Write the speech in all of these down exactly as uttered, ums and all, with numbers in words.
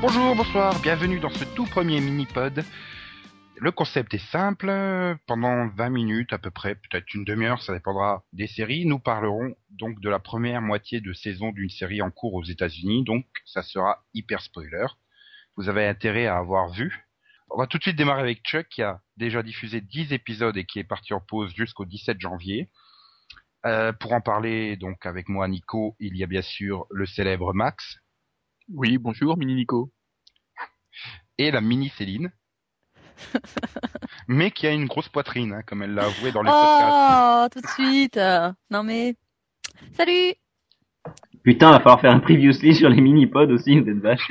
Bonjour, bonsoir, bienvenue dans ce tout premier mini-pod. Le concept est simple, pendant vingt minutes à peu près, peut-être une demi-heure, ça dépendra des séries. Nous parlerons donc de la première moitié de saison d'une série en cours aux États-Unis, donc ça sera hyper spoiler. Vous avez intérêt à avoir vu. On va tout de suite démarrer avec Chuck qui a déjà diffusé dix épisodes et qui est parti en pause jusqu'au dix-sept janvier. Euh, pour en parler donc avec moi Nico, il y a bien sûr le célèbre Max. Oui, bonjour, mini Nico. Et la mini Céline. Mais qui a une grosse poitrine, hein, comme elle l'a avoué dans les podcasts. Oh, tout de suite. euh, Non mais, salut. Putain, va falloir faire un previously sur les mini-pods aussi, vous êtes vaches.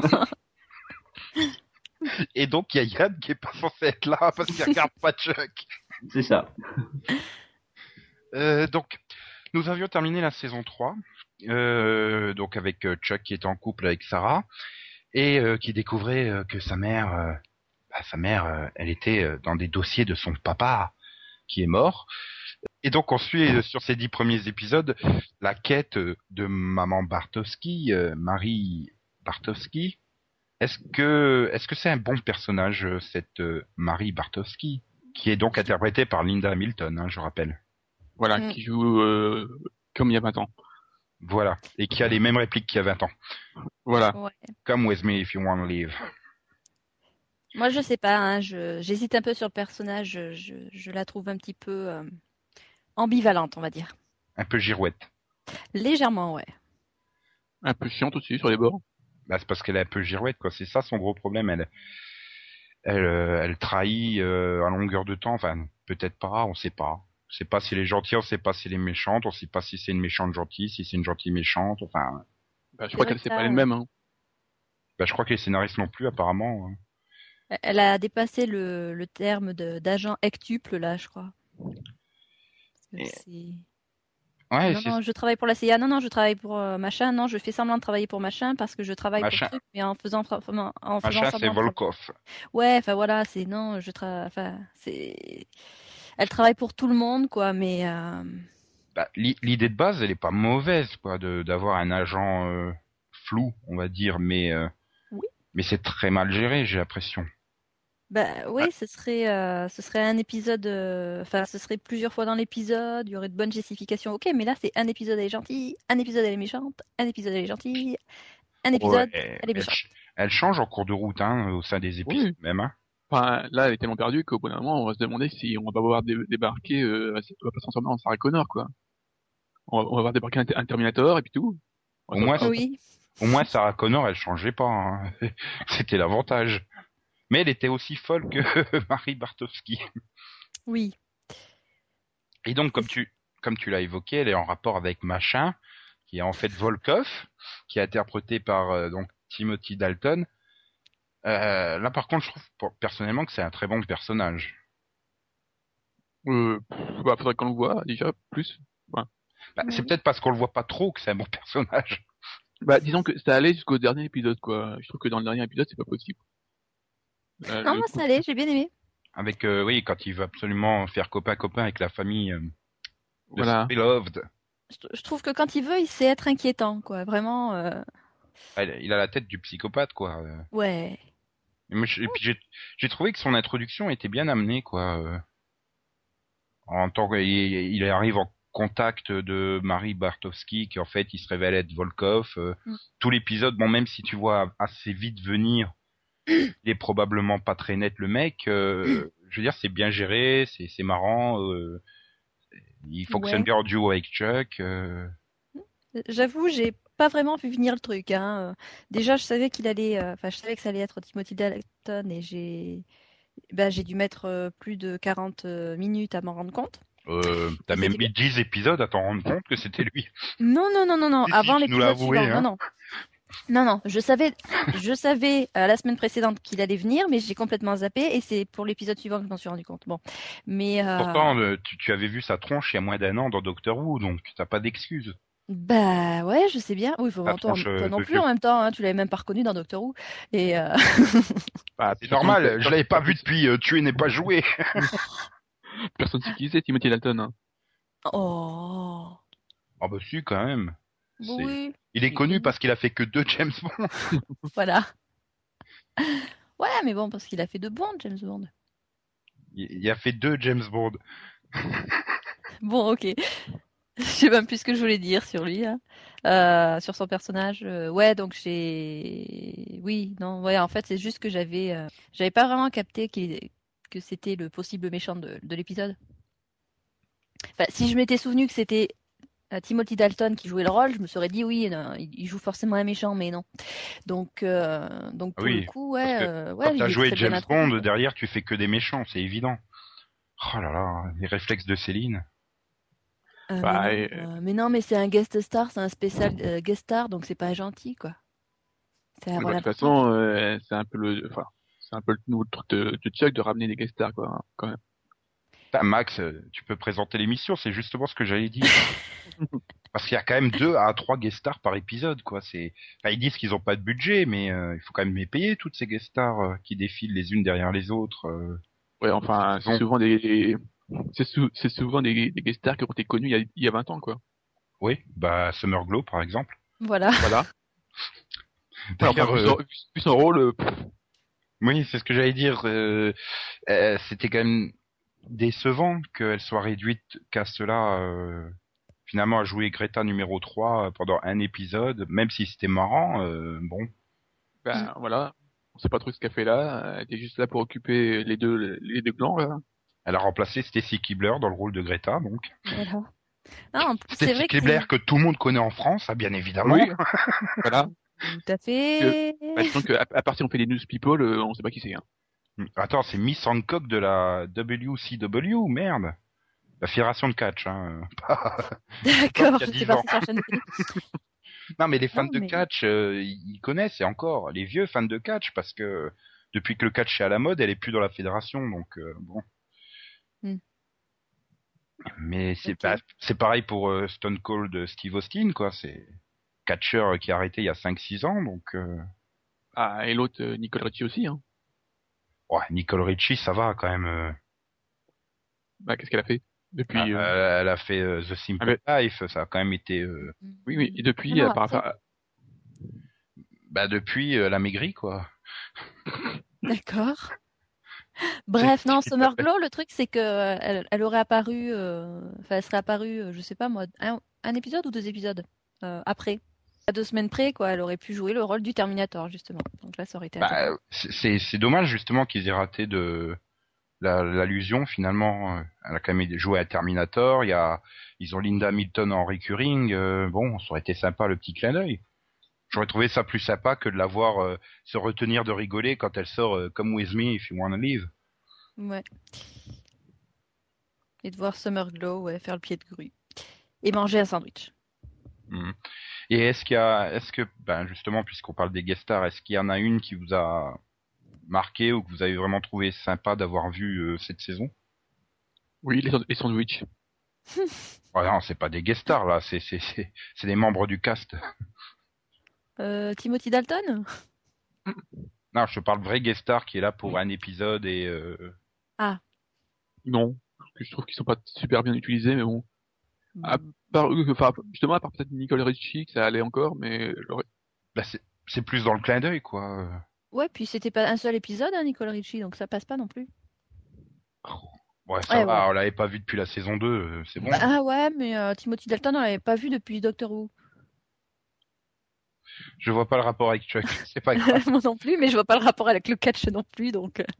Et donc, il y a Yann qui est pas censé être là parce qu'il regarde pas Chuck. C'est ça. Euh, donc, nous avions terminé la saison trois, euh, donc avec euh, Chuck qui était en couple avec Sarah et euh, qui découvrait euh, que sa mère, euh, bah, sa mère, euh, elle était euh, dans des dossiers de son papa qui est mort. Et donc, on suit euh, sur ces dix premiers épisodes la quête euh, de maman Bartowski, euh, Marie Bartowski. Est-ce que est-ce que c'est un bon personnage, cette euh, Marie Bartowski, qui est donc interprétée par Linda Hamilton, hein, je rappelle. Voilà, Mm. qui joue euh, comme il y a vingt ans. Voilà, et qui a les mêmes répliques qu'il y a vingt ans. Voilà. Ouais. Come with me if you want to live. Moi, je sais pas. Hein, je j'hésite un peu sur le personnage. Je, je, je la trouve un petit peu euh, ambivalente, on va dire. Un peu girouette. Légèrement, ouais. Un peu chiante aussi sur les bords. Bah, c'est parce qu'elle est un peu girouette, quoi. C'est ça son gros problème. Elle, elle, euh, elle trahit euh, à longueur de temps. Enfin, peut-être pas, on sait pas. On sait pas si elle est gentille, on sait pas si elle est méchante, on sait pas si c'est une méchante gentille, si c'est une gentille méchante. Enfin, Bah, je C'est crois vrai qu'elle que sait ça, pas elle-même. Hein. bah, je crois que les scénaristes non plus, apparemment. hein. Elle a dépassé le, le terme de d'agent hectuple là, je crois. Parce que Et- c'est- Ouais, Non, c'est non, je travaille pour la C I A. Non, non, je travaille pour euh, machin. Non, je fais semblant de travailler pour machin parce que je travaille machin. pour truc, mais en faisant fra- en faisant Machin, c'est semblant de travailler. Volkov. Ouais, enfin voilà, c'est non, je travaille. Enfin, c'est. Elle travaille pour tout le monde, quoi, mais. euh, Bah, l'i- l'idée de base, elle est pas mauvaise, quoi, de d'avoir un agent euh, flou, on va dire, mais euh, Oui. mais c'est très mal géré, j'ai l'impression. Bah Ah, oui, ce serait, euh, ce serait un épisode. euh, Enfin, ce serait plusieurs fois dans l'épisode. Il y aurait de bonnes justifications. Ok, mais là, c'est un épisode elle est gentille, un épisode elle est méchante, un épisode elle est gentille, un ouais, épisode elle est elle, méchante. ch- elle change en cours de route, hein, au sein des épisodes Oui. même. Hein. Enfin, là, elle est tellement perdue qu'au bout d'un moment, on va se demander si on va pas voir dé- débarquer, euh, si on va pas se transformer en Sarah Connor, quoi. On va, on va voir débarquer un, un Terminator et puis tout. On Au va moins, s'en- Oui, au moins Sarah Connor, elle changeait pas. Hein. C'était l'avantage. Mais elle était aussi folle que Marie Bartowski. oui. Et donc, comme C'est- tu comme tu l'as évoqué, elle est en rapport avec Machin, qui est en fait Volkov, qui est interprété par euh, donc Timothy Dalton. Euh, là, par contre, je trouve pour- personnellement que c'est un très bon personnage. Euh, pff, bah, faudrait qu'on le voit déjà plus. Voilà. Bah, c'est Oui. peut-être parce qu'on le voit pas trop que c'est un bon personnage. Bah, disons que ça allait jusqu'au dernier épisode, quoi. Je trouve que dans le dernier épisode, c'est pas possible. Euh, Non, le moi, ça allait, j'ai bien aimé. Avec, euh, oui, quand il veut absolument faire copain-copain avec la famille euh, de son Voilà. beloved. Je, je trouve que quand il veut, il sait être inquiétant, quoi. Vraiment, euh, Ah, Il il a la tête du psychopathe, quoi. euh. ouais. Et, moi, je- et puis j'ai j'ai trouvé que son introduction était bien amenée, quoi. euh. En tant que, il, il arrive en contact de Marie Bartowski, qui en fait, il se révèle être Volkov. euh. Mm. Tout l'épisode, bon, même si tu vois assez vite venir, il est probablement pas très net le mec. euh, je veux dire, c'est bien géré, c'est c'est marrant. euh, il fonctionne Ouais. bien en duo avec Chuck. euh. J'avoue, j'ai pas vraiment vu venir le truc, hein. Euh, Déjà, je savais qu'il allait, euh, enfin, je savais que ça allait être Timothy Dalton et j'ai, bah, j'ai dû mettre euh, plus de quarante euh, minutes à m'en rendre compte. Euh, T'as Et même c'était mis dix épisodes à t'en rendre compte que c'était lui. Non, non, non, non, non, Si, si, avant tu nous l'as l'épisode avoué, suivant. hein. Non, non. Non, non, je savais, je savais euh, la semaine précédente qu'il allait venir, mais j'ai complètement zappé et c'est pour l'épisode suivant que je m'en suis rendu compte. Bon, mais euh, Pourtant, euh, tu, tu avais vu sa tronche il y a moins d'un an dans Doctor Who, donc t'as pas d'excuses. bah ouais, je sais bien. Oui, faut La toi, tronche toi euh, non de plus vieux. en même temps, hein, tu l'avais même pas reconnu dans Doctor Who. Et euh, Bah, C'est personne- normal, je personne- l'avais pas vu depuis euh, Tuer n'est pas joué. Personne sait qui c'est, Timothy Dalton. Hein. oh, Ah bah si, quand même. bah C'est... oui, Il est si. connu parce qu'il a fait que deux James Bond. Voilà. Ouais, mais bon, parce qu'il a fait de bons James Bond. Il, il a fait deux James Bond. Bon, ok. Je sais même plus ce que je voulais dire sur lui, hein. Euh, sur son personnage. Euh, ouais, donc j'ai. Oui, non, ouais, en fait, c'est juste que j'avais, euh, j'avais pas vraiment capté qu'il que c'était le possible méchant de, de l'épisode. Enfin, si je m'étais souvenu que c'était euh, Timothy Dalton qui jouait le rôle, je me serais dit oui, non, il, il joue forcément un méchant, mais non. Donc, euh, donc Ah pour le oui, coup, parce ouais, que euh, quand ouais, t'as il est joué très bien James introduit, Bond, quoi. derrière tu fais que des méchants, c'est évident. Oh là là, les réflexes de Céline. Euh, mais Bah, non, et- euh, mais non, mais c'est un guest star, c'est un spécial euh, guest star, donc c'est pas gentil, quoi. C'est un oui, bah, rôle de toute important. façon, euh, c'est un peu le, enfin, c'est un peu le nouveau truc de, de Chuck de ramener des guest stars, quoi, hein, quand même. Putain, Max, euh, tu peux présenter l'émission, c'est justement ce que j'allais dire. Parce qu'il y a quand même deux à trois guest stars par épisode, quoi. C'est, enfin, ils disent qu'ils ont pas de budget, mais euh, il faut quand même les payer toutes ces guest stars euh, qui défilent les unes derrière les autres. Euh, Ouais, toute la enfin, c'est saison. souvent des, c'est sou- c'est souvent des, des guest stars qui ont été connus il y a, il y a vingt ans, quoi. Oui, bah Summer Glow par exemple. Voilà. Voilà. Ouais, enfin, D'ailleurs, vu euh, son, vu son rôle, euh, pff, oui, c'est ce que j'allais dire. Euh, euh, c'était quand même décevant qu'elle soit réduite qu'à cela. Euh, finalement, à jouer Greta numéro trois pendant un épisode, même si c'était marrant. Euh, bon, ben, voilà. On sait pas trop ce qu'elle fait là. Elle était juste là pour occuper les deux, les deux clans, là. elle a remplacé Stacy Kibler dans le rôle de Greta, donc. Voilà. Non, en plus, c'est Stacy vrai que Kibler c'est que tout le monde connaît en France, ah, bien évidemment. Oui, voilà. tout à Que, fait. bah, disons que, à, à partir on fait des news people, euh, on sait pas qui c'est, hein. Attends, c'est Miss Hancock de la W C W, merde. La fédération de catch, hein. Pas, pas D'accord, il y a je sais dix pas ans. si sur chaîne télé. Non, mais les fans Non, de mais catch, euh, ils connaissent, et encore, les vieux fans de catch, parce que depuis que le catch est à la mode, elle est plus dans la fédération, donc euh, bon. Hmm. Mais c'est Ok. bah, c'est pareil pour euh, Stone Cold euh, Steve Austin, quoi. C'est catcheur qui a arrêté il y a cinq six ans, donc euh, Ah, et l'autre, euh, Nicole Richie aussi, hein. ouais, Nicole Richie, ça va quand même. euh. Bah, qu'est-ce qu'elle a fait Ah, depuis, euh... euh, elle a fait euh, The ah, Simple mais- Life, ça a quand même été, euh, oui, oui, et Non, depuis, non, euh, par après. rapport à... bah depuis, euh, elle a maigri, quoi. D'accord. C'est Bref, non, ce qui Summer s'appelle. Glow, le truc, c'est que euh, elle, elle aurait apparu, euh, enfin, elle serait apparue, euh, je sais pas moi, un, un épisode ou deux épisodes euh, après. À deux semaines près, quoi, elle aurait pu jouer le rôle du Terminator, justement. Donc là, ça aurait été intéressant. Bah, c'est c'est c'est dommage justement qu'ils aient raté de la- l'allusion finalement. euh, Elle a quand même joué à Terminator. Il y a, ils ont Linda Hamilton en recurring. euh, bon, ça aurait été sympa le petit clin d'œil. J'aurais trouvé ça plus sympa que de la voir euh, se retenir de rigoler quand elle sort euh, Come With Me If You Wanna Live. Ouais. Et de voir Summer Glow, ouais, faire le pied de grue. Et manger un sandwich. Mhm. Et est-ce qu'il y a, est-ce que, ben justement, puisqu'on parle des guest stars, est-ce qu'il y en a une qui vous a marqué ou que vous avez vraiment trouvé sympa d'avoir vu euh, cette saison? Oui, les, sand- les sandwichs. Oh non, c'est pas des guest stars là, c'est c'est c'est c'est des membres du cast. Euh, Timothy Dalton? Non, je te parle vrai guest star qui est là pour un épisode et euh, Ah. Non. Parce que je trouve qu'ils sont pas super bien utilisés, mais bon. À Hmm. part, euh, enfin, justement, à part peut-être Nicole Richie, que ça allait encore, mais le re- bah, c'est c'est plus dans le clin d'œil quoi. Ouais, puis c'était pas un seul épisode, hein, Nicole Richie, donc ça passe pas non plus. Ouais, ça Ouais, va, ouais. on l'avait pas vu depuis la saison deux, euh, c'est bon. Bah, ah ouais, mais euh, Timothy Dalton, on l'avait pas vu depuis Doctor Who. Je vois pas le rapport avec Chuck, c'est pas grave. Moi non plus, mais je vois pas le rapport avec le catch non plus, donc. euh.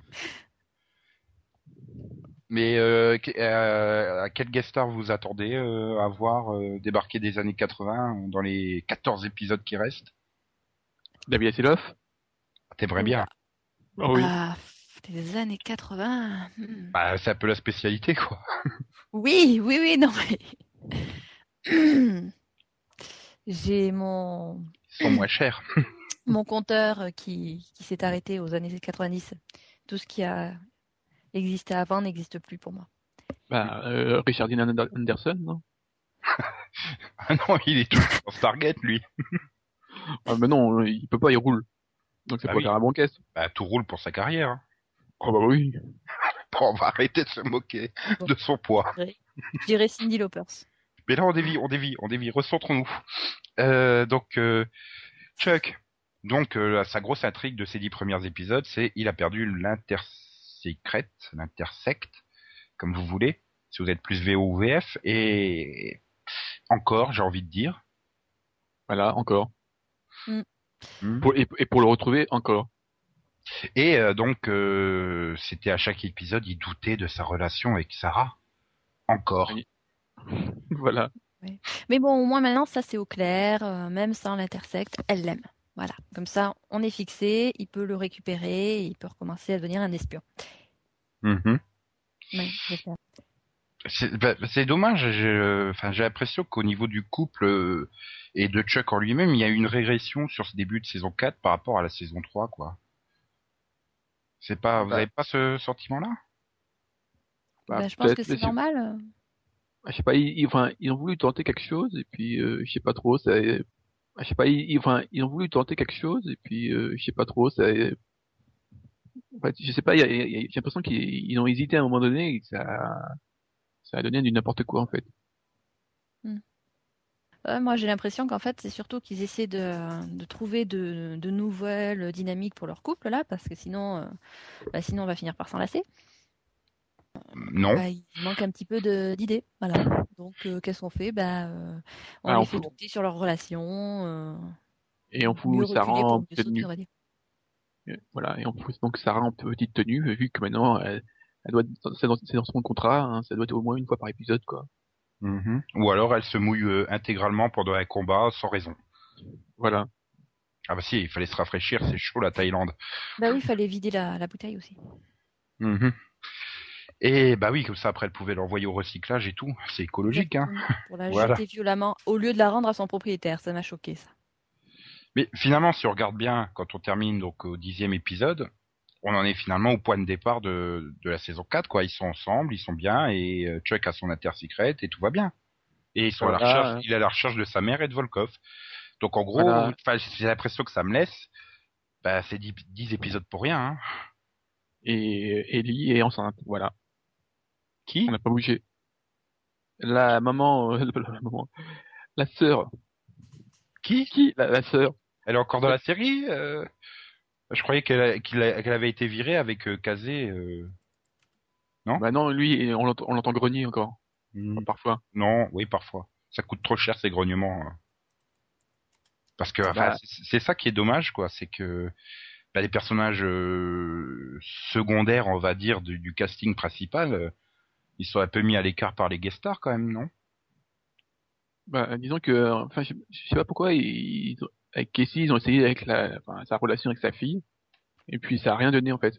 Mais euh, que- euh, à quel guest star vous attendez euh, à voir euh, débarquer des années quatre-vingts dans les quatorze épisodes qui restent? David Hasselhoff. T'aimerais Oula. bien. Ah oui. Ah, des années quatre-vingts. Hmm. Bah, c'est un peu la spécialité quoi. Oui, oui, oui, non mais. J'ai mon Ils sont moins chers. mon compteur euh, qui qui s'est arrêté aux années quatre-vingt-dix. Tout ce qui a existé avant n'existe plus pour moi. Bah, euh, Richard Dean Ander- Anderson, non? Ah non, il est toujours dans Stargate lui. Ah, mais non, il peut pas, il roule. Donc c'est Ah pas oui. faire la banquette. Bah, tout roule pour sa carrière. Hein. Oh bah oui. Bon, on va arrêter de se moquer Bon. de son poids. Je dirais Cyndi Lauper. Mais là, on dévie, on dévie, on dévie. Recentrons-nous. Euh, donc, euh, Chuck, Donc euh, sa grosse intrigue de ces dix premiers épisodes, c'est il a perdu l'intersecrète, l'intersecte, comme vous voulez, si vous êtes plus V O ou V F, et encore, j'ai envie de dire. Voilà, encore. Mm. Hmm. Pour, et, et pour le retrouver, encore. Et euh, donc euh, c'était à chaque épisode, il doutait de sa relation avec Sarah. Encore. Oui. Voilà. Mais bon, au moins maintenant, ça c'est au clair, euh, même sans l'intersecte, elle l'aime. Voilà, comme ça, on est fixé, il peut le récupérer, et il peut recommencer à devenir un espion. Mhm. Ouais, j'espère. C'est, bah, c'est dommage. J'ai, enfin, j'ai l'impression qu'au niveau du couple euh, et de Chuck en lui-même, il y a eu une régression sur ce début de saison quatre par rapport à la saison trois, quoi. C'est pas, vous Bah, avez pas ce sentiment-là? bah, Bah, je pense peut-être, que mais c'est je, normal. euh. bah, je sais pas, ils, ils- enfin, ils ont voulu tenter quelque chose, et puis, euh, je sais pas trop, ça, bah, je sais pas, ils, ils- enfin, ils ont voulu tenter quelque chose, et puis, euh, je sais pas trop, ça, en fait, je sais pas, il y a- il y a- j'ai l'impression qu'ils ils ont hésité à un moment donné, et que ça, ça a donné du n'importe quoi, en fait. Ouais, moi, j'ai l'impression qu'en fait, c'est surtout qu'ils essaient de, de trouver de, de nouvelles dynamiques pour leur couple, là, parce que sinon, euh, bah, sinon on va finir par s'enlacer. Non. Bah, il manque un petit peu de- d'idées, voilà. Donc, euh, qu'est-ce qu'on fait? Bah, euh, on Ah, les on fait fout, douter sur leur relation, euh, et on mieux fout Sarah reculer pour en mieux petite sauter, tenue. on va dire. Euh, Voilà, et on fout donc Sarah en petite tenue, vu que maintenant, elle, elle doit, être- c'est dans, c'est dans son contrat, hein, ça doit être au moins une fois par épisode, quoi. Mhm. Ou alors elle se mouille euh, intégralement pendant un combat sans raison. Voilà. Ah bah si, il fallait se rafraîchir, c'est chaud la Thaïlande. Bah oui, il fallait vider la, la bouteille aussi. Mhm. Et bah oui, comme ça après elle pouvait l'envoyer au recyclage et tout. C'est écologique, hein. Exactement. Pour la Voilà. jeter violemment, au lieu de la rendre à son propriétaire. Ça m'a choqué, ça. Mais finalement, si on regarde bien, quand on termine donc au dixième épisode, on en est finalement au point de départ de, de la saison quatre, quoi. Ils sont ensemble, ils sont bien, et euh, Chuck a son intersecret et tout va bien. Et ils sont à la recherche, Voilà, il est à la recherche de sa mère et de Volkov. Donc en gros, voilà. enfin, j'ai l'impression que ça me laisse, bah c'est dix, dix épisodes pour rien, hein. Et Ellie est enceinte, voilà. On Qui? n'a pas bougé. La maman, euh, la maman, la sœur. Qui? Qui? La, la sœur. Elle est encore dans la série? euh Je croyais qu'elle a- qu'il a- qu'elle avait été virée avec euh, Kazé, euh... non? Bah non, lui, on l'entend, on l'entend grogner encore, Hmm. parfois. Non, oui, parfois. Ça coûte trop cher ces grognements, hein. Parce que enfin, Bah, c'est c'est ça qui est dommage, quoi. C'est que bah, les personnages euh, secondaires, on va dire, du, du casting principal, euh, ils sont un peu mis à l'écart par les guest stars, quand même, non? bah, disons que, enfin, je, je sais pas pourquoi, ils, avec Casey, ils ont essayé avec la, enfin, sa relation avec sa fille, et puis ça a rien donné, en fait.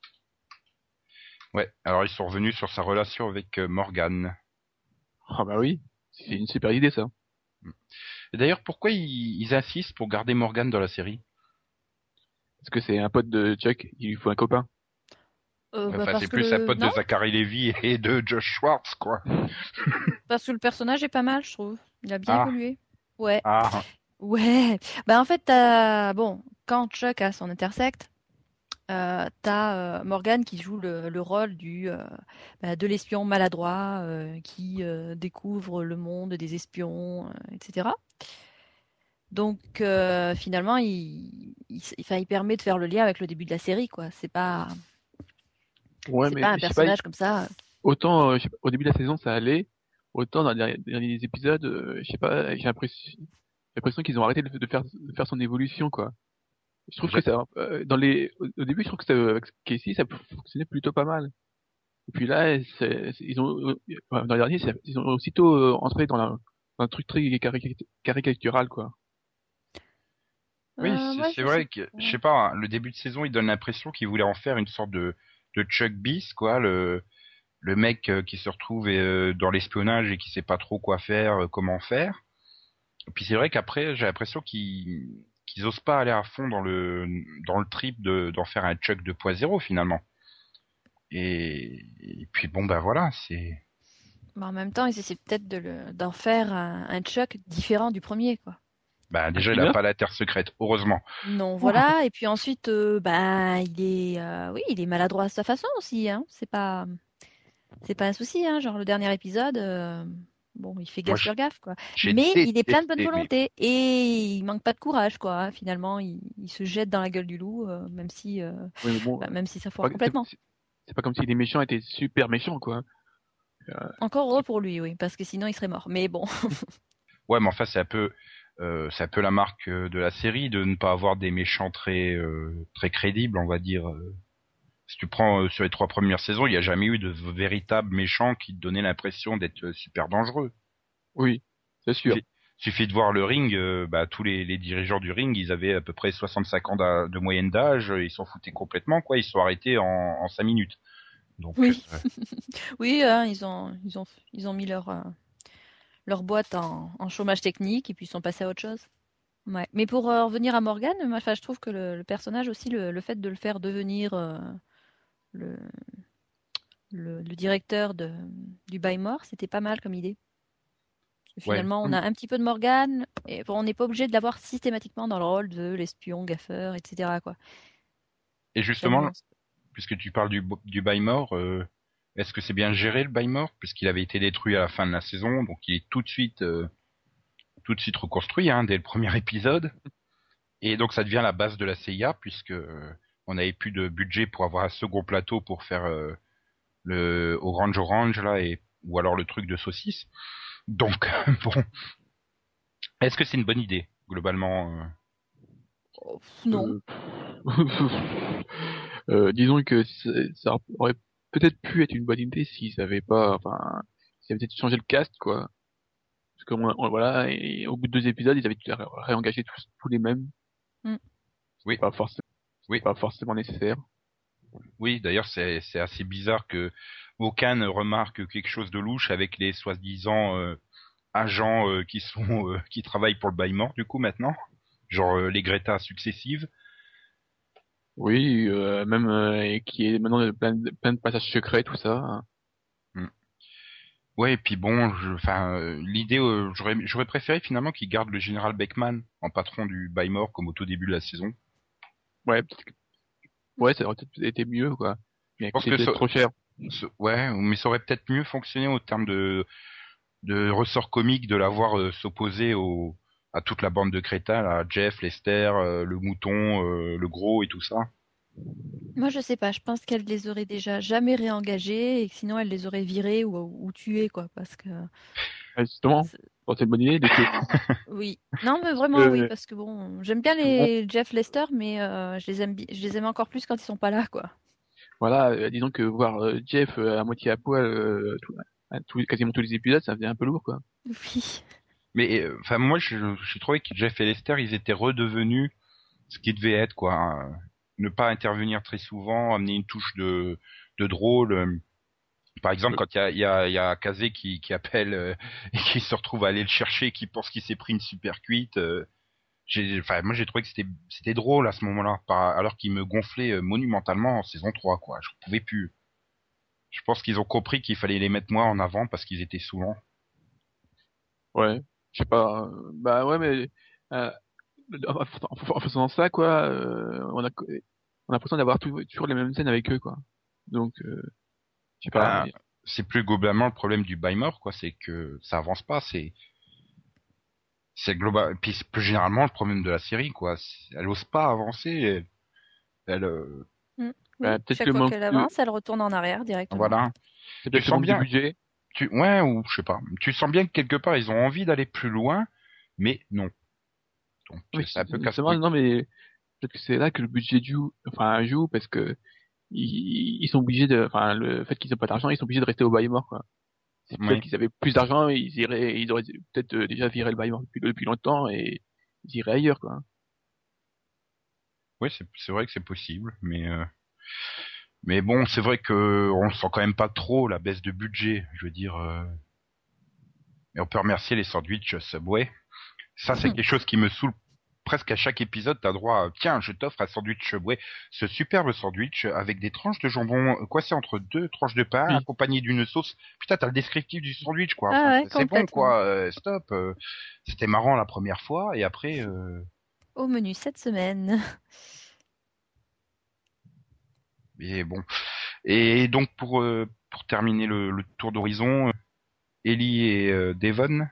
Ouais. Alors ils sont revenus sur sa relation avec euh, Morgan. Ah bah oui, c'est une super idée, ça. Et d'ailleurs, pourquoi ils, ils insistent pour garder Morgan dans la série? Parce que c'est un pote de Chuck, il lui faut un copain. Euh, bah, Enfin, parce c'est que plus un le... pote de Non, Zachary Levi et de Josh Schwartz, quoi. parce que le personnage est pas mal, je trouve. Il a bien Ah, évolué. Ouais. ah, Ouais. Bah, en fait, t'as... Bon, quand Chuck a son intersect, euh, t'as euh, Morgan qui joue le, le rôle du, euh, bah, de l'espion maladroit euh, qui euh, découvre le monde des espions, euh, et cetera. Donc, euh, finalement, il, il, enfin, il permet de faire le lien avec le début de la série, quoi. C'est pas, Ouais, c'est pas mais un je sais pas, personnage comme ça. autant euh, je sais pas, au début de la saison ça allait, autant dans les derniers derniers épisodes, euh, je sais pas, j'ai l'impression j'ai l'impression qu'ils ont arrêté de, de faire de faire son évolution, quoi. Je trouve que j'ai- ça, euh, dans les, au, au début, je trouve que ça, avec Casey, ça fonctionnait plutôt pas mal. Et puis là, c'est, c'est- ils ont, euh, ouais, dans les derniers, c'est- ils ont aussitôt euh, entré dans, la, dans un truc très carica- caricatural, quoi. oui, Euh, c'est ouais, c'est je sais vrai que, pas. je sais pas, hein, le début de saison, il donne l'impression qu'il voulait en faire une sorte de, de Chuck Bis, quoi, le, le mec euh, qui se retrouve euh, dans l'espionnage et qui sait pas trop quoi faire, euh, comment faire. Et puis c'est vrai qu'après, j'ai l'impression qu'ils qu'ils osent pas aller à fond dans le dans le trip de d'en faire un Chuck deux point zéro finalement. Et, et puis bon bah voilà, c'est Mais en même temps, ils essaient peut-être de le, d'en faire un, un Chuck différent du premier, quoi. bah Un déjà il a spin-off? pas la terre secrète, heureusement. Non, voilà. Et puis ensuite, euh, bah, il est, euh, oui, il est maladroit à sa façon aussi, hein. C'est pas, c'est pas un souci, hein. Genre le dernier épisode, euh, Bon, il fait Moi, gaffe sur gaffe, quoi. j'ai Mais il est plein de bonne détesté, mais volonté et il manque pas de courage, quoi. hein. Finalement, il, il se jette dans la gueule du loup, euh, même si, euh, Oui, mais bon, bah, même si ça c'est foire pas, c'est, complètement. c'est- c'est pas comme si les méchants étaient super méchants, quoi. Euh, Encore heureux pour lui, oui, parce que sinon il serait mort. Mais bon, ouais, mais enfin, c'est un peu, euh, c'est un peu la marque euh, de la série de ne pas avoir des méchants très, euh, très crédibles, on va dire. euh. Si tu prends euh, sur les trois premières saisons, il n'y a jamais eu de véritables méchants qui te donnaient l'impression d'être euh, super dangereux. oui, c'est sûr. Suffit, suffit de voir le ring, euh, bah, tous les, les dirigeants du ring, ils avaient à peu près soixante-cinq ans d'a- de moyenne d'âge, euh, ils s'en foutaient complètement, quoi, ils se sont arrêtés en, en cinq minutes. Donc, oui, euh, oui, hein, ils ont, ils ont, ils ont mis leur, euh, leur boîte en, en chômage technique et puis ils sont passés à autre chose. Ouais. Mais pour euh, revenir à Morgan, moi, enfin, je trouve que le, le personnage aussi, le, le fait de le faire devenir euh, le, le, le directeur de, du Buy More, c'était pas mal comme idée. Parce que ouais. finalement, on a un petit peu de Morgan, et bon, on n'est pas obligé de l'avoir systématiquement dans le rôle de l'espion, gaffeur, et cetera. Quoi. Et Ça justement, nuance. puisque tu parles du, du Buy More, euh, est-ce que c'est bien géré le Buy More, puisqu'il avait été détruit à la fin de la saison, donc il est tout de suite, euh, tout de suite reconstruit, hein, dès le premier épisode. Et donc ça devient la base de la C I A, puisque euh, on n'avait plus de budget pour avoir un second plateau pour faire euh, le Orange Orange là, et ou alors le truc de saucisse. Donc bon, est-ce que c'est une bonne idée globalement euh Oh, pff, non. Euh, euh, disons que c'est- ça aurait peut-être pu être une bonne idée s'ils avaient pas, enfin, s'ils avaient peut-être changé le cast, quoi. Parce que on- on- voilà, et au bout de deux épisodes, ils avaient ré- réengagé tous, tous les mêmes. Mm. C'était Oui, pas forcément, c'était oui, pas forcément nécessaire. oui. D'ailleurs, c'est c'est assez bizarre que aucun ne remarque quelque chose de louche avec les soi-disant euh, agents euh, qui sont euh, qui travaillent pour le Buy More du coup maintenant, genre euh, les Greta successives. Oui, euh, même euh, et qui est maintenant plein de, plein de passages secrets, tout ça. Hein. Hmm. Ouais, et puis bon, je, enfin, euh, l'idée, euh, j'aurais, j'aurais préféré finalement qu'il garde le général Beckman en patron du Buy More comme au tout début de la saison. Ouais, peut-être que- ouais, ça aurait peut-être été mieux, quoi. Je Mais pense coûté que peut-être ça, trop cher. ça- ouais, mais ça aurait peut-être mieux fonctionné au terme de, de ressort comique de l'avoir euh, s'opposer au, à toute la bande de crétins, là, Jeff, Lester, euh, le mouton, euh, le gros et tout ça. Moi, je sais pas. Je pense qu'elle les aurait déjà jamais réengagés et que sinon elle les aurait virés ou, ou tués, quoi. Parce que Ouais, justement, c'est- bon, c'est une bonne idée de tuer. oui. Non, mais vraiment oui, Euh, parce que bon, j'aime bien parce que bon, les Jeff Lester, mais euh, je les aime, bi- je les aime encore plus quand ils sont pas là, quoi. voilà, euh, disons que voir euh, Jeff euh, à moitié à poil, euh, tout- à tous- quasiment tous les épisodes, ça faisait un peu lourd, quoi. Oui. Mais euh, enfin, moi, je- j'ai trouvé que Jeff et Lester, ils étaient redevenus ce qu'ils devaient être, quoi. Hein. Ne pas intervenir très souvent, amener une touche de, de drôle. euh, Par exemple, Euh, quand il y a, il y a, il y a Kazé qui, qui appelle euh, et qui se retrouve à aller le chercher, qui pense qu'il s'est pris une super cuite. Euh, j'ai, enfin, moi, j'ai trouvé que c'était, c'était drôle à ce moment-là, par- alors qu'il me gonflait euh, monumentalement en saison trois, quoi. Je pouvais plus. Je pense qu'ils ont compris qu'il fallait les mettre moins en avant parce qu'ils étaient saoulants. ouais, je sais pas. euh, bah ouais, mais euh, en, en- en faisant ça, quoi, euh, on a, on a l'impression d'avoir tout- toujours les mêmes scènes avec eux, quoi. Donc, euh, je sais pas. Ben, c'est plus globalement le problème du buy more, quoi. C'est que ça avance pas. C'est, c'est global. Puis c'est plus généralement le problème de la série, quoi. C'est- Elle ose pas avancer. Elle, elle, euh, Mm. Bah, Oui. peut-être que Chaque le fois manque qu'elle de, avance, elle retourne en arrière directement. voilà. c'est Tu peut-être le sens manque de bien. budget. Tu, ouais, ou je sais pas. Tu sens bien que quelque part ils ont envie d'aller plus loin, mais non. Donc Oui, c'est un peu justement, casse-couille. non, mais peut-être que c'est là que le budget joue, enfin, joue parce que ils, ils sont obligés de, enfin, le fait qu'ils n'ont pas d'argent, ils sont obligés de rester au bail mort, quoi. Si peut-être Oui, qu'ils avaient plus d'argent, ils iraient, ils auraient peut-être euh, déjà viré le bail mort depuis, depuis longtemps et ils iraient ailleurs, quoi. oui, c'est c'est vrai que c'est possible, mais euh, mais bon, c'est vrai que on sent quand même pas trop la baisse de budget. Je veux dire, euh, et on peut remercier les sandwichs Subway. Ça, c'est quelque chose qui me saoule. Presque à chaque épisode, t'as droit à, tiens, je t'offre un sandwich Subway, ce superbe sandwich avec des tranches de jambon coincées entre deux tranches de pain, Oui. accompagnées d'une sauce. Putain, t'as le descriptif du sandwich, quoi. Ah Enfin, ouais, c'est c'est bon, complètement. quoi. euh, stop. euh, C'était marrant la première fois, et après, euh, Au menu cette semaine. et bon. Et donc pour euh, pour terminer le, le tour d'horizon, Ellie et euh, Devon.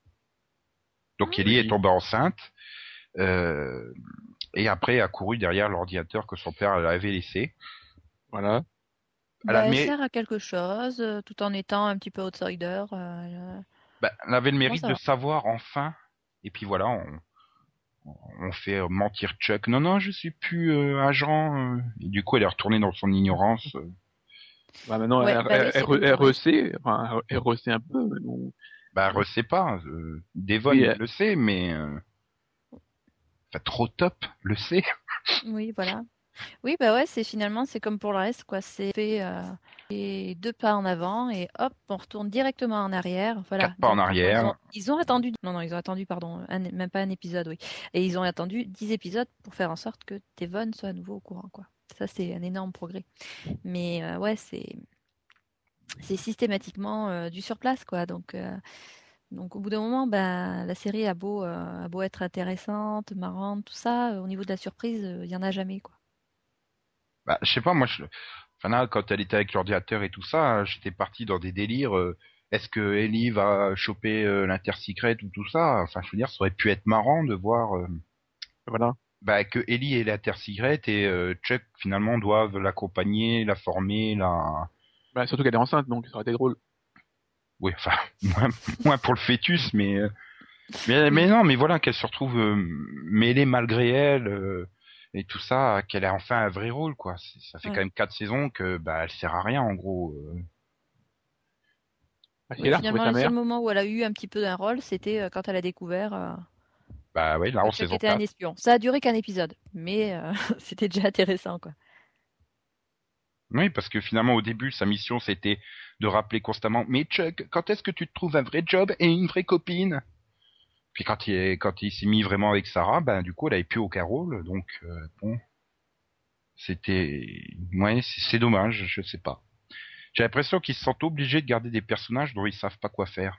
Donc Ellie Oui. est tombée enceinte. Euh, et après a couru derrière l'ordinateur que son père avait laissé. Voilà. Elle, Bah, a le elle mé- sert à quelque chose, euh, tout en étant un petit peu outsider. euh, bah, elle avait le Bon, mérite ça de va. savoir enfin. Et puis voilà, on, on fait euh, mentir Chuck. Non, non, je suis plus euh, agent. euh. Et du coup, elle est retournée dans son ignorance. euh. Bah, maintenant, Ouais, R- bah oui, R- c'est R- bien progressé. REC, enfin, REC un peu, mais bon. Bah, elle ne sait pas. Euh, Devon, Oui, il euh, le sait, mais... Euh, enfin, trop top, le sait. Oui, voilà. Oui, bah ouais, c'est finalement, c'est comme pour le reste, quoi. C'est fait euh, et deux pas en avant et hop, on retourne directement en arrière. Voilà. Quatre pas en Donc, par contre, ils arrière. ont, ils ont attendu, non, non, ils ont attendu, pardon, un- même pas un épisode, oui. Et ils ont attendu dix épisodes pour faire en sorte que Devon soit à nouveau au courant, quoi. Ça, c'est un énorme progrès. Mais euh, ouais, c'est, c'est systématiquement euh, du surplace, quoi. Donc, euh, donc au bout d'un moment, bah, la série a beau, euh, a beau être intéressante, marrante, tout ça, euh, au niveau de la surprise, euh, il y en a jamais, quoi. Bah, je sais pas, moi, je... enfin, là, quand elle était avec l'ordinateur et tout ça, j'étais parti dans des délires. euh, Est-ce que Ellie va choper euh, l'intersecret ou tout ça? Enfin, je veux dire, ça aurait pu être marrant de voir euh, voilà. bah, que Ellie ait l'intersecret et euh, Chuck, finalement, doivent l'accompagner, la former, la... Bah, surtout qu'elle est enceinte, donc ça aurait été drôle. Oui, enfin, moins, moins pour le fœtus, mais... euh, Mais, mais Oui. non, mais voilà, qu'elle se retrouve euh, mêlée malgré elle euh, et tout ça, qu'elle a enfin un vrai rôle, quoi. C'est- Ça fait Ouais. quand même quatre saisons que bah elle sert à rien en gros. euh. Bah, si Oui, elle a retrouvé finalement, sa le seul mère, moment où elle a eu un petit peu d'un rôle, c'était euh, quand elle a découvert euh, Bah oui, là que en Chuck saison était un quatre. espion. Ça a duré qu'un épisode, mais euh, c'était déjà intéressant, quoi. Oui, parce que finalement au début sa mission c'était de rappeler constamment, mais Chuck, quand est-ce que tu te trouves un vrai job et une vraie copine? Puis quand il est, quand il s'est mis vraiment avec Sarah, ben du coup elle avait plus aucun rôle, donc euh, bon, c'était, ouais, c'est c'est dommage, je sais pas. J'ai l'impression qu'ils se sentent obligés de garder des personnages dont ils savent pas quoi faire.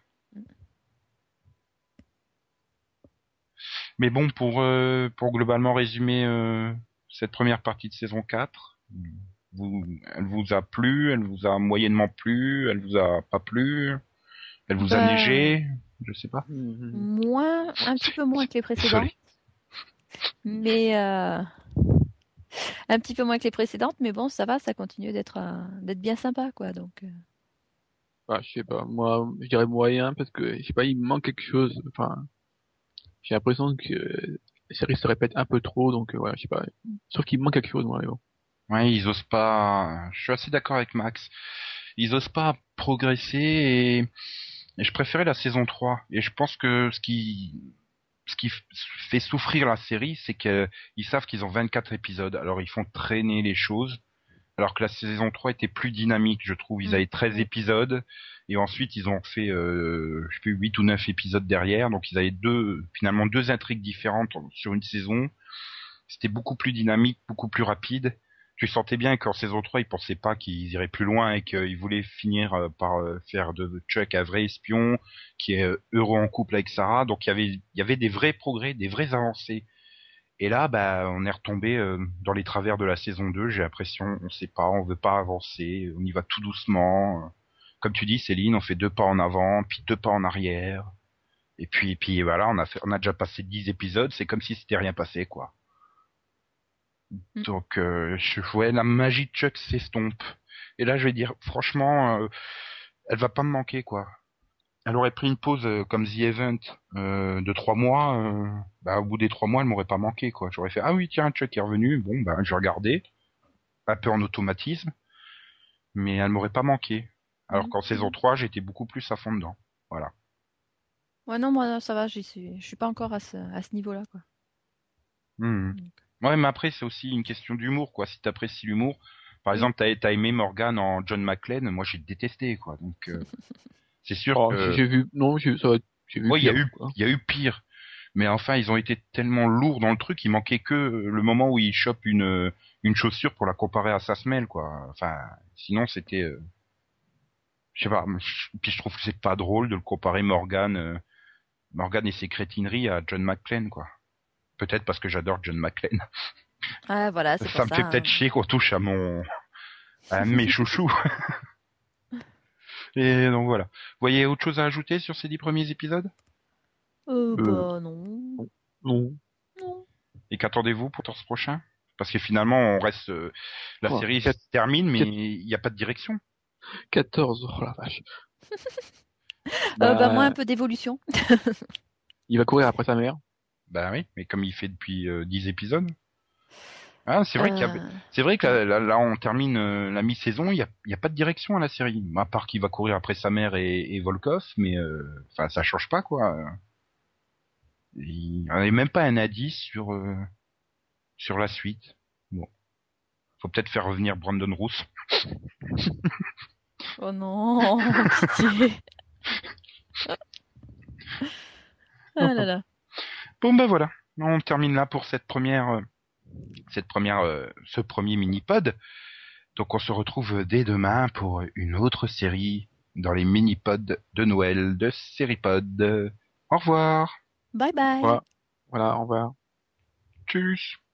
Mais bon, pour, euh, pour globalement résumer euh, cette première partie de saison quatre, vous, elle vous a plu, elle vous a moyennement plu, elle vous a pas plu, elle vous a Bah, neigé, je sais pas. mhm. moins, un petit peu moins que les précédentes, Désolé. mais euh, un petit peu moins que les précédentes, mais bon, ça va, ça continue d'être euh, d'être bien sympa, quoi. Donc, euh, Bah, je sais pas, moi, je dirais moyen parce que, je sais pas, il me manque quelque chose. Enfin, j'ai l'impression que euh, la série se répète un peu trop, donc euh, voilà, je sais pas. Sauf qu'il me manque quelque chose, moi, mais bon. Ouais, ils osent pas. Je suis assez d'accord avec Max. Ils osent pas progresser et, et je préférais la saison trois. Et je pense que ce qui ce qui f- fait souffrir la série, c'est qu'ils savent qu'ils ont vingt-quatre épisodes, alors ils font traîner les choses, alors que la saison trois était plus dynamique, je trouve. Ils mm, avaient treize oui. épisodes, et ensuite ils ont fait, euh, je sais plus, huit ou neuf épisodes derrière, donc ils avaient deux, finalement deux intrigues différentes sur une saison. C'était beaucoup plus dynamique, beaucoup plus rapide. Tu sentais bien qu'en saison trois, ils pensaient pas qu'ils iraient plus loin et qu'ils voulaient finir euh, par euh, faire de Chuck un vrai espion qui est euh, heureux en couple avec Sarah. Donc il y avait, il y avait des vrais progrès, des vraies avancées. Et là, bah, on est retombé euh, dans les travers de la saison deux. J'ai l'impression, on sait pas, on veut pas avancer, on y va tout doucement. Comme tu dis, Céline, on fait deux pas en avant, puis deux pas en arrière. Et puis, puis voilà, on a fait, on a déjà passé dix épisodes. C'est comme si c'était rien passé, quoi. Mm. Donc, euh, je, ouais, la magie de Chuck s'estompe. Et là, je vais dire, franchement, euh, elle va pas me manquer, quoi. Elle aurait pris une pause euh, comme The Event euh, de trois mois. Euh, bah, au bout des trois mois, elle m'aurait pas manqué, quoi. J'aurais fait, ah oui, tiens, Chuck est revenu. Bon, bah, je vais regarder, un peu en automatisme, mais elle m'aurait pas manqué. Alors Mm. qu'en saison trois, j'étais beaucoup plus à fond dedans. Voilà. Ouais, non, moi, ça va, j'y suis, je suis pas encore à ce, à ce niveau-là, quoi. Mhm. Donc, Ouais, mais après, c'est aussi une question d'humour, quoi. Si t'apprécies l'humour, par oui. exemple, t'as, t'as aimé Morgan en John McClane, moi j'ai détesté, quoi. Donc, euh, c'est sûr Oh, j'ai que, j'ai vu, non, j'ai ça va- j'ai vu ouais, il y a pire, eu, quoi. il y a eu pire. Mais enfin, ils ont été tellement lourds dans le truc, il manquait que le moment où ils chopent une, une chaussure pour la comparer à sa semelle, quoi. Enfin, sinon c'était, euh, je sais pas. je- Puis je trouve que c'est pas drôle de le comparer Morgan, euh, Morgan et ses crétineries à John McClane, quoi. Peut-être parce que j'adore John McClane. Ah, voilà, c'est pour Ça me ça, fait hein. peut-être chier qu'on touche à mon, à un de mes chouchous. Et donc voilà. Vous voyez autre chose à ajouter sur ces dix premiers épisodes? Euh, Euh. bah non. Non. Non. Et qu'attendez-vous pour ce prochain? Parce que finalement, on reste, euh, la Ouais, série quatre- se termine, mais quatre- il n'y a pas de direction. quatorze, oh la vache. Euh, bah Bah, moi un peu d'évolution. il va courir après sa mère. Bah oui, mais comme il fait depuis euh, dix épisodes. Ah, c'est vrai qu'il y a, Euh, c'est vrai que là, là, là, on termine euh, la mi-saison, il y a, il y a pas de direction à la série, à part qu'il va courir après sa mère et, et Volkov, mais euh, enfin ça change pas quoi. Il n'y a même pas un indice sur euh, sur la suite. Bon, faut peut-être faire revenir Brandon Roos. Oh non, pitié. Ah là là. Bon bah voilà, on termine là pour cette première, euh, cette première, euh, ce premier mini-pod. Donc on se retrouve dès demain pour une autre série dans les mini-pods de Noël de Seripod. Au revoir. Bye bye. Voilà, voilà, au revoir. Tchuss.